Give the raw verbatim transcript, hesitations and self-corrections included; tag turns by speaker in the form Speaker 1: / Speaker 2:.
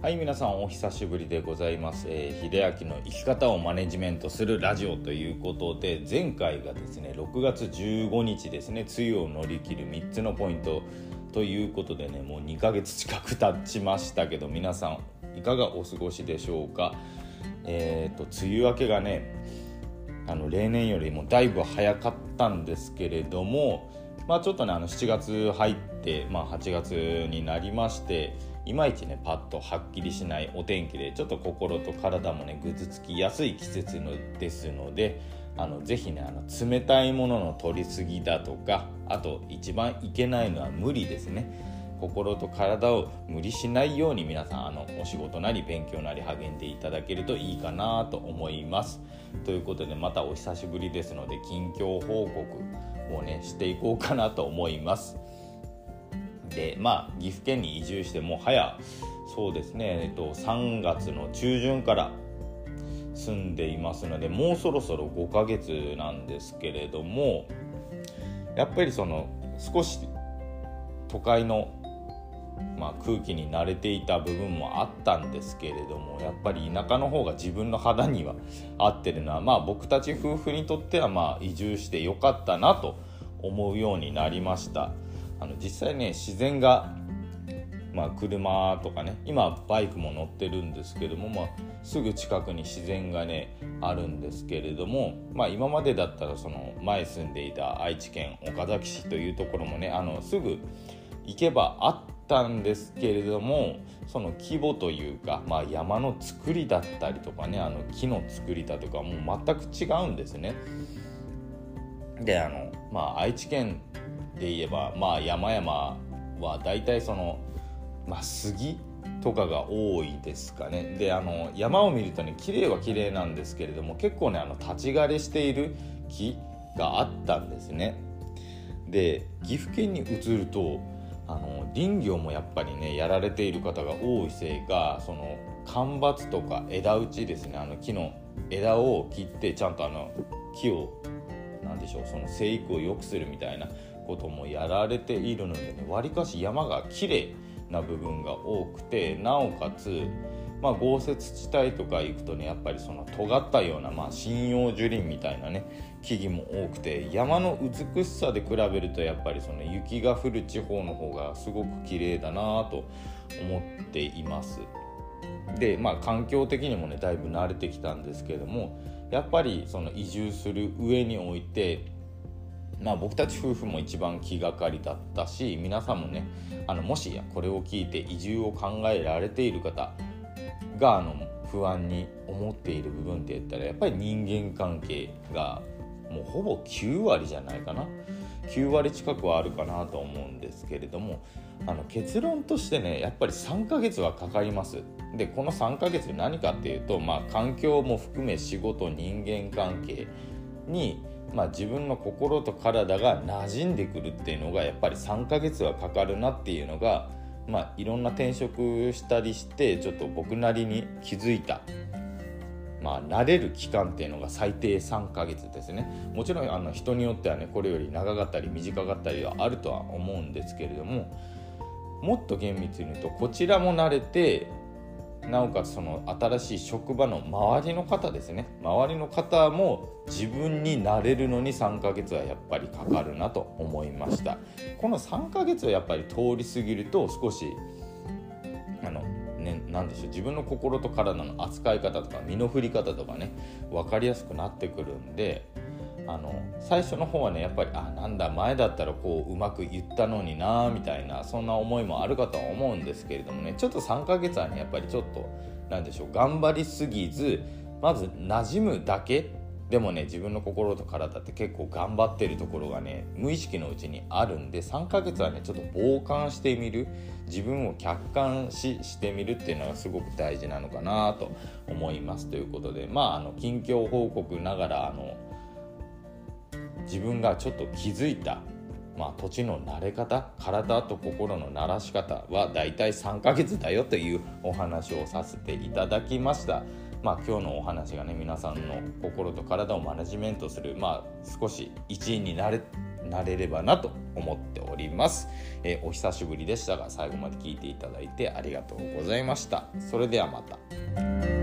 Speaker 1: はい、皆さんお久しぶりでございます、えー、秀明の生き方をマネジメントするラジオということで、前回がですねろくがつじゅうごにちですね、梅雨を乗り切るみっつのポイントということでね、もうにかげつ近く経ちましたけど、皆さんいかがお過ごしでしょうか。えーと梅雨明けがねあの例年よりもだいぶ早かったんですけれども、まあ、ちょっとねあのしちがつ入って、まあ、はちがつになりまして、いまいちねパッとはっきりしないお天気で、ちょっと心と体もねぐずつきやすい季節のですので、あのぜひねあの冷たいものの取りすぎだとか、あと一番いけないのは無理ですね。心と体を無理しないように皆さんあのお仕事なり勉強なり励んでいただけるといいかなと思います。ということで、またお久しぶりですので近況報告をねしていこうかなと思います。でまあ岐阜県に移住してもう早そうですね、えっと、さんがつの中旬から住んでいますので、もうそろそろごかげつなんですけれども、やっぱりその少し都会の、まあ、空気に慣れていた部分もあったんですけれども、やっぱり田舎の方が自分の肌には合ってるのは、まあ、僕たち夫婦にとってはまあ移住してよかったなと思うようになりました。あの実際ね自然が、まあ、車とかね、今バイクも乗ってるんですけども、まあ、すぐ近くに自然がねあるんですけれども、まあ、今までだったらその前住んでいた愛知県岡崎市というところもねあのすぐ行けばあったんですけれども、その規模というか、まあ、山の作りだったりとかね、あの木の作りだとかもう全く違うんですね。であの、まあ、愛知県で言えば、まあ、山々はだいたいその、まあ、杉とかが多いですかね。であの山を見るとね綺麗は綺麗なんですけれども、結構ねあの立ち枯れしている木があったんですね。で岐阜県に移るとあの林業もやっぱりねやられている方が多いせいか、その間伐とか枝打ちですね、あの木の枝を切ってちゃんとあの木をなんでしょう、その生育を良くするみたいなこともやられているのでね、わりかし山が綺麗な部分が多くて、なおかつ、まあ、豪雪地帯とか行くとねやっぱりその尖ったような、まあ、針葉樹林みたいなね木々も多くて、山の美しさで比べるとやっぱりその雪が降る地方の方がすごく綺麗だなと思っています。でまあ環境的にもねだいぶ慣れてきたんですけれども、やっぱりその移住する上において、まあ、僕たち夫婦も一番気がかりだったし、皆さんもねあのもしこれを聞いて移住を考えられている方があの不安に思っている部分って言ったら、やっぱり人間関係がもうほぼきゅうわりじゃないかな、きゅうわり近くはあるかなと思うんですけれども、あの結論としてねやっぱりさんかげつはかかります。でこのさんかげつ何かっていうと、まあ、環境も含め仕事人間関係に、まあ、自分の心と体が馴染んでくるっていうのがやっぱりさんかげつはかかるなっていうのが、まあ、いろんな転職したりしてちょっと僕なりに気づいた、まあ、慣れる期間っていうのが最低さんかげつですね。もちろんあの人によってはねこれより長かったり短かったりはあるとは思うんですけれども、もっと厳密に言うとこちらも慣れて、なおかつその新しい職場の周りの方ですね、周りの方も自分に慣れるのにさんかげつはやっぱりかかるなと思いました。このさんかげつはやっぱり通り過ぎると少しあのね、なんでしょう、自分の心と体の扱い方とか身の振り方とかね分かりやすくなってくるんで、あの最初の方はねやっぱりあなんだ前だったらこううまく言ったのになみたいな、そんな思いもあるかとは思うんですけれどもね、ちょっとさんかげつはねやっぱりちょっとなんでしょう、頑張りすぎずまず馴染むだけでもね自分の心と体って結構頑張ってるところがね無意識のうちにあるんで、さんかげつはねちょっと傍観してみる、自分を客観視してみるっていうのがすごく大事なのかなと思います。ということで、まああの近況報告ながらあの自分がちょっと気づいた、まあ、土地の慣れ方、体と心の慣らし方はだいたいさんかげつだよというお話をさせていただきました。まあ、今日のお話がね皆さんの心と体をマネジメントする、まあ、少し一員になれなれればなと思っております。えー、お久しぶりでしたが最後まで聞いていただいてありがとうございました。それではまた。